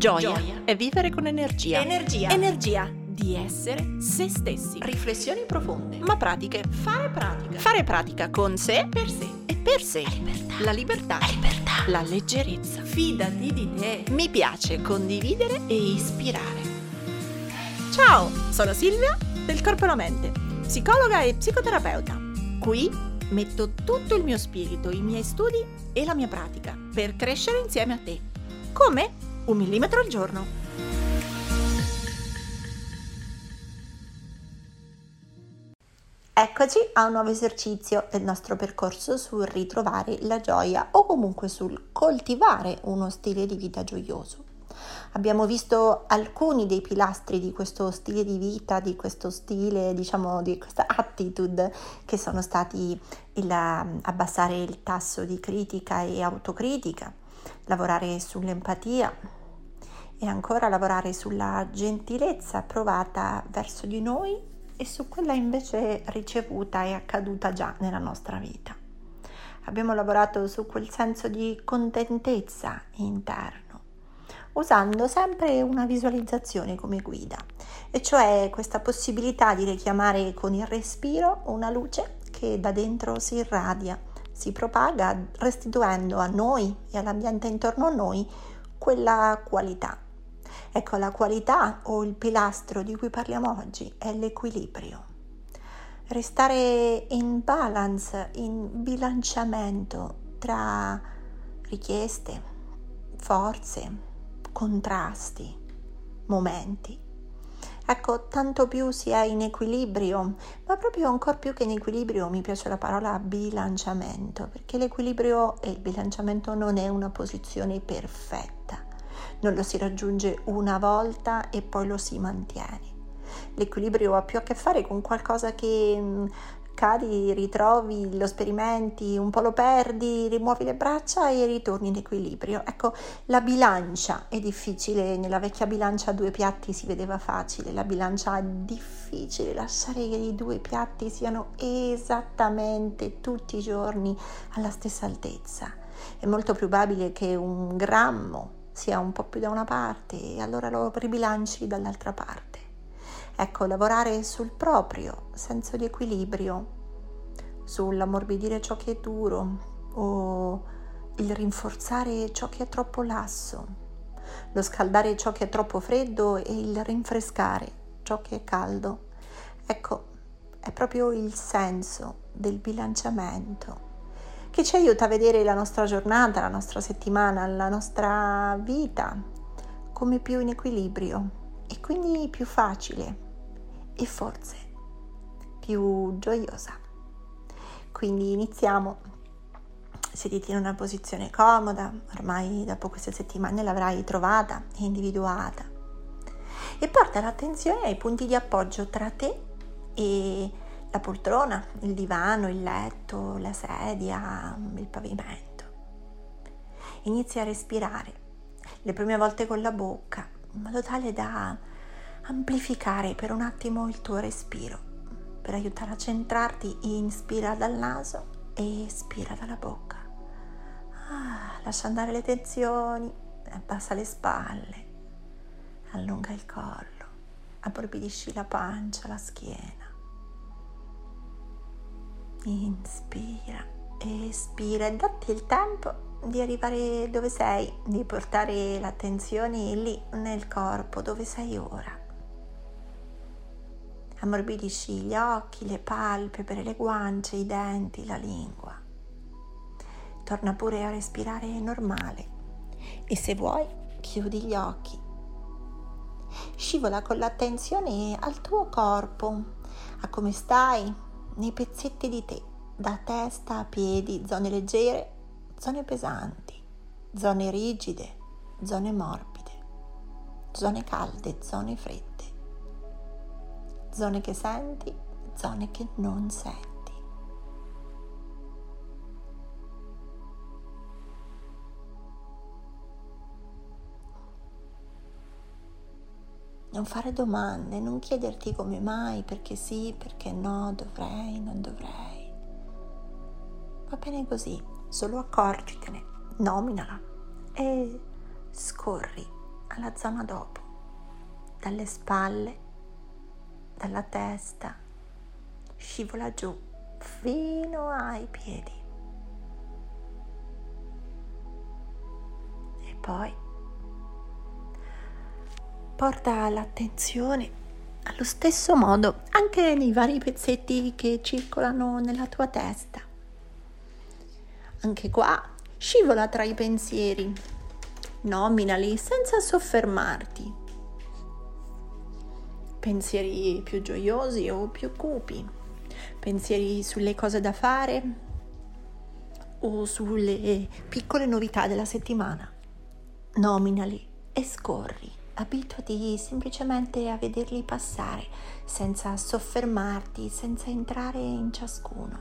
Gioia è vivere con energia. Energia di essere se stessi. Riflessioni profonde, Ma pratiche. fare pratica con sé Per sé. e per sé. La libertà, la leggerezza. Fidati di te. Mi piace condividere e ispirare. Ciao, sono Silvia del Corpo e la Mente, psicologa e psicoterapeuta. Qui metto tutto il mio spirito, i miei studi e la mia pratica per crescere insieme a te. Come? 1 millimetro al giorno. Eccoci a un nuovo esercizio del nostro percorso sul ritrovare la gioia o comunque sul coltivare uno stile di vita gioioso. Abbiamo visto alcuni dei pilastri di questo stile di vita, di questo stile, diciamo, di questa attitude, che sono stati abbassare il tasso di critica e autocritica, lavorare sull'empatia e ancora lavorare sulla gentilezza provata verso di noi e su quella invece ricevuta e accaduta già nella nostra vita. Abbiamo lavorato su quel senso di contentezza interno, usando sempre una visualizzazione come guida, e cioè questa possibilità di richiamare con il respiro una luce che da dentro si irradia, si propaga, restituendo a noi e all'ambiente intorno a noi quella qualità. Ecco, la qualità o il pilastro di cui parliamo oggi è l'equilibrio. Restare in balance, in bilanciamento tra richieste, forze, contrasti, momenti. Ecco, tanto più si è in equilibrio, ma proprio ancora più che in equilibrio mi piace la parola bilanciamento, perché l'equilibrio e il bilanciamento non è una posizione perfetta. Non lo si raggiunge una volta e poi lo si mantiene. L'equilibrio ha più a che fare con qualcosa che cadi, ritrovi, lo sperimenti, un po' lo perdi, rimuovi le braccia e ritorni in equilibrio. Ecco, la bilancia è difficile, nella vecchia bilancia a 2 piatti si vedeva facile, la bilancia è difficile, lasciare che i 2 piatti siano esattamente tutti i giorni alla stessa altezza. È molto probabile che 1 grammo sia un po' più da una parte e allora lo ribilanci dall'altra parte. Ecco, lavorare sul proprio senso di equilibrio, sull'ammorbidire ciò che è duro o il rinforzare ciò che è troppo lasso, lo scaldare ciò che è troppo freddo e il rinfrescare ciò che è caldo. Ecco, è proprio il senso del bilanciamento che ci aiuta a vedere la nostra giornata, la nostra settimana, la nostra vita come più in equilibrio e quindi più facile e forse più gioiosa. Quindi iniziamo. Sediti in una posizione comoda, ormai dopo queste settimane l'avrai trovata e individuata, e porta l'attenzione ai punti di appoggio tra te e la poltrona, il divano, il letto, la sedia, il pavimento. Inizia a respirare le prime volte con la bocca, in modo tale da amplificare per un attimo il tuo respiro, per aiutare a centrarti. Inspira dal naso e espira dalla bocca. Lascia andare le tensioni, abbassa le spalle, allunga il collo, ammorbidisci la pancia, la schiena. Inspira, espira e datti il tempo di arrivare dove sei, di portare l'attenzione lì nel corpo, dove sei ora. Ammorbidisci gli occhi, le palpebre, le guance, i denti, la lingua. Torna pure a respirare normale e se vuoi chiudi gli occhi. Scivola con l'attenzione al tuo corpo, a come stai nei pezzetti di te, da testa a piedi, zone leggere, zone pesanti, zone rigide, zone morbide, zone calde, zone fredde, zone che senti, zone che non senti. Non fare domande, non chiederti come mai, perché sì, perché no, dovrei, non dovrei. Va bene così, solo accorgitene, nominala e scorri alla zona dopo, dalle spalle, dalla testa, scivola giù fino ai piedi. E poi porta l'attenzione allo stesso modo anche nei vari pezzetti che circolano nella tua testa. Anche qua scivola tra i pensieri, nominali senza soffermarti. Pensieri più gioiosi o più cupi, pensieri sulle cose da fare o sulle piccole novità della settimana. Nominali e scorri. Abituati semplicemente a vederli passare, senza soffermarti, senza entrare in ciascuno.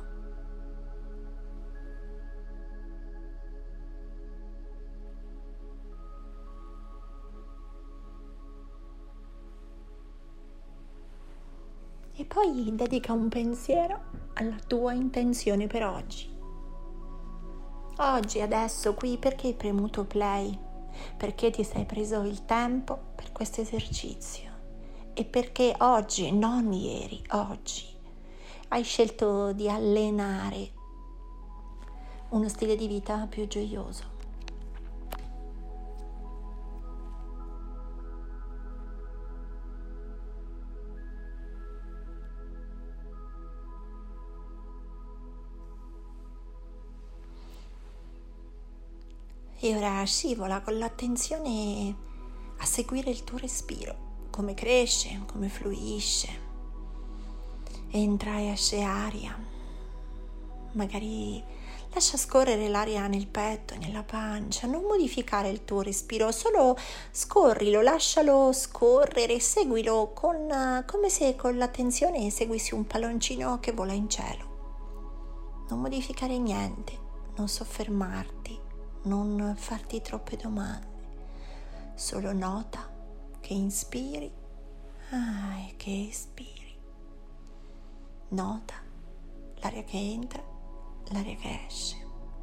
E poi dedica un pensiero alla tua intenzione per oggi. Oggi, adesso, qui, perché hai premuto play? Perché ti sei preso il tempo per questo esercizio? E perché oggi, non ieri, oggi, hai scelto di allenare uno stile di vita più gioioso? E ora scivola con l'attenzione a seguire il tuo respiro, come cresce, come fluisce, entra e esce aria, magari lascia scorrere l'aria nel petto, nella pancia, non modificare il tuo respiro, solo scorrilo, lascialo scorrere, seguilo come se con l'attenzione seguissi un palloncino che vola in cielo. Non modificare niente, non soffermarti, non farti troppe domande, solo nota che inspiri e che espiri. Nota l'aria che entra, l'aria che esce.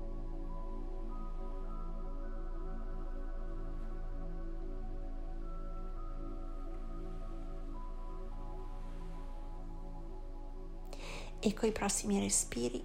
E coi prossimi respiri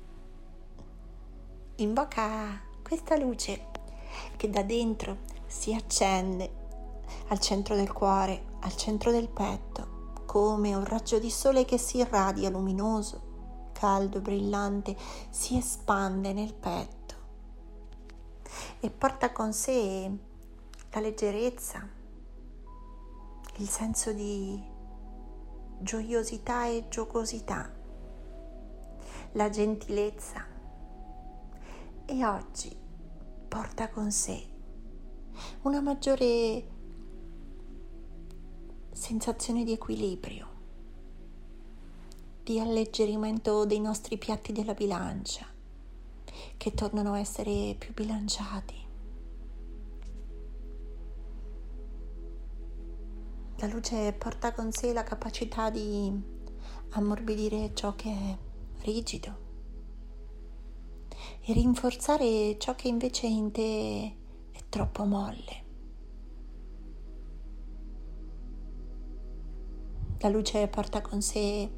invoca questa luce che da dentro si accende al centro del cuore, al centro del petto, come un raggio di sole che si irradia luminoso, caldo, brillante, si espande nel petto e porta con sé la leggerezza, il senso di gioiosità e giocosità, la gentilezza. E oggi porta con sé una maggiore sensazione di equilibrio, di alleggerimento dei nostri piatti della bilancia, che tornano a essere più bilanciati. La luce porta con sé la capacità di ammorbidire ciò che è rigido e rinforzare ciò che invece in te è troppo molle. La luce porta con sé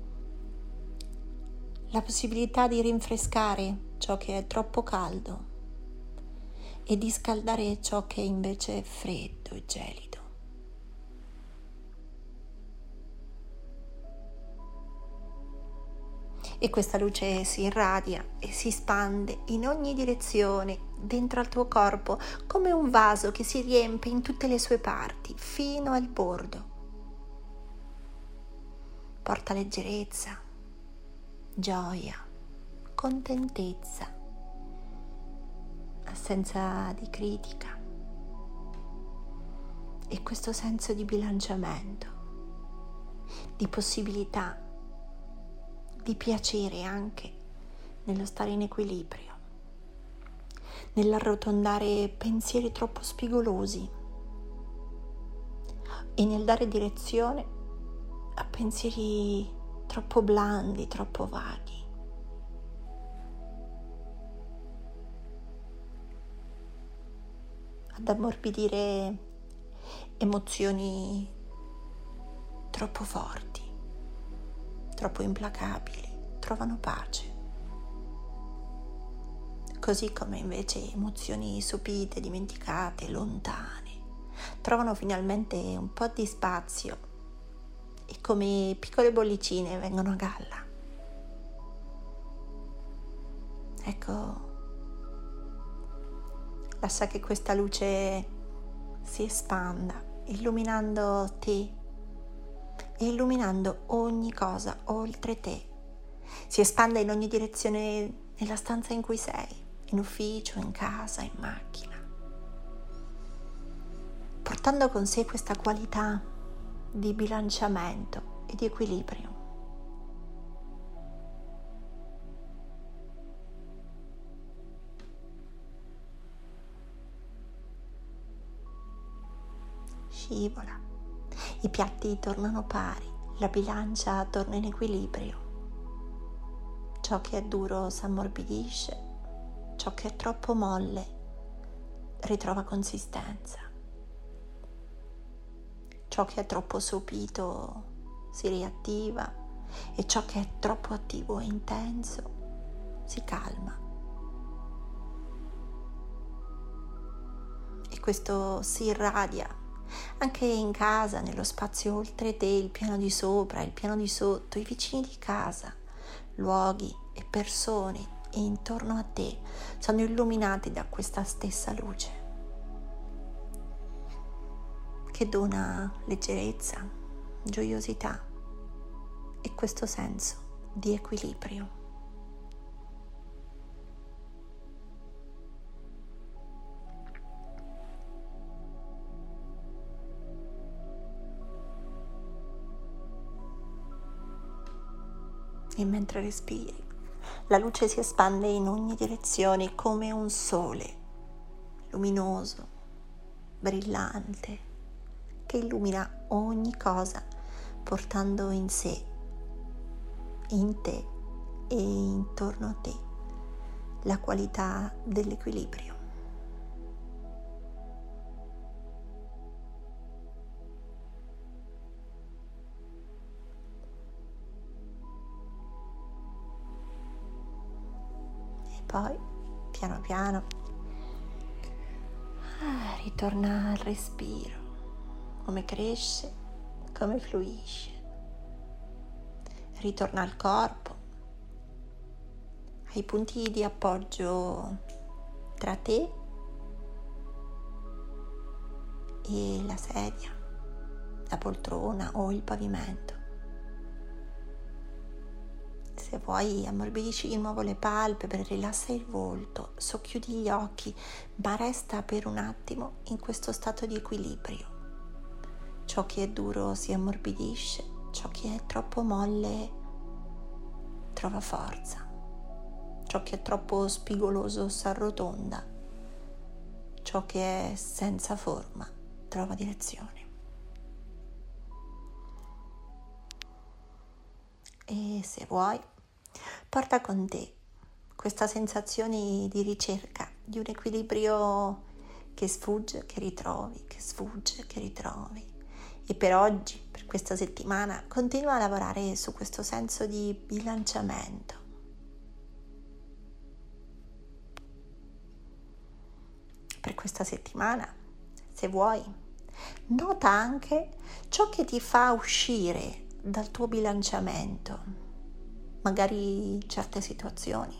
la possibilità di rinfrescare ciò che è troppo caldo e di scaldare ciò che invece è freddo e gelido. E questa luce si irradia e si spande in ogni direzione dentro al tuo corpo come un vaso che si riempie in tutte le sue parti fino al bordo. Porta leggerezza, gioia, contentezza, assenza di critica e questo senso di bilanciamento, di possibilità, di piacere anche nello stare in equilibrio, nell'arrotondare pensieri troppo spigolosi e nel dare direzione a pensieri troppo blandi, troppo vaghi. Ad ammorbidire emozioni troppo forti, troppo implacabili, trovano pace. Così come invece emozioni sopite, dimenticate, lontane, trovano finalmente un po' di spazio e come piccole bollicine vengono a galla. Ecco, lascia che questa luce si espanda, illuminando te e illuminando ogni cosa oltre te. Si espanda in ogni direzione nella stanza in cui sei, in ufficio, in casa, in macchina, portando con sé questa qualità di bilanciamento e di equilibrio. Scivola, i piatti tornano pari, la bilancia torna in equilibrio. Ciò che è duro s'ammorbidisce, ciò che è troppo molle ritrova consistenza. Ciò che è troppo sopito si riattiva e ciò che è troppo attivo e intenso si calma. E questo si irradia anche in casa, nello spazio oltre te, il piano di sopra, il piano di sotto, i vicini di casa, luoghi e persone intorno a te sono illuminati da questa stessa luce che dona leggerezza, gioiosità e questo senso di equilibrio. E mentre respiri, la luce si espande in ogni direzione come un sole luminoso, brillante, che illumina ogni cosa, portando in sé, in te e intorno a te la qualità dell'equilibrio. Poi, piano piano, ritorna al respiro, come cresce, come fluisce. Ritorna al corpo, ai punti di appoggio tra te e la sedia, la poltrona o il pavimento. Se vuoi, ammorbidisci di nuovo le palpebre, rilassa il volto, socchiudi gli occhi, ma resta per un attimo in questo stato di equilibrio. Ciò che è duro si ammorbidisce, ciò che è troppo molle trova forza, ciò che è troppo spigoloso s'arrotonda, ciò che è senza forma trova direzione. E se vuoi, porta con te questa sensazione di ricerca di un equilibrio che sfugge, che ritrovi, che sfugge, che ritrovi. E per oggi, per questa settimana, continua a lavorare su questo senso di bilanciamento. Per questa settimana, se vuoi, nota anche ciò che ti fa uscire dal tuo bilanciamento, magari certe situazioni,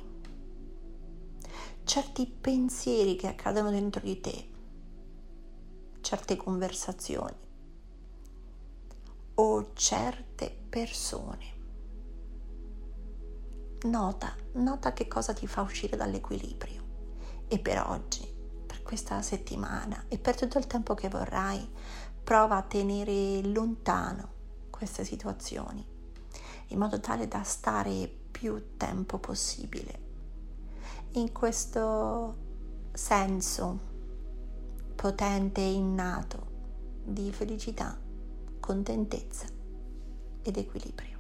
certi pensieri che accadono dentro di te, certe conversazioni o certe persone. Nota che cosa ti fa uscire dall'equilibrio. E per oggi, per questa settimana e per tutto il tempo che vorrai, prova a tenere lontano queste situazioni, in modo tale da stare più tempo possibile in questo senso potente e innato di felicità, contentezza ed equilibrio.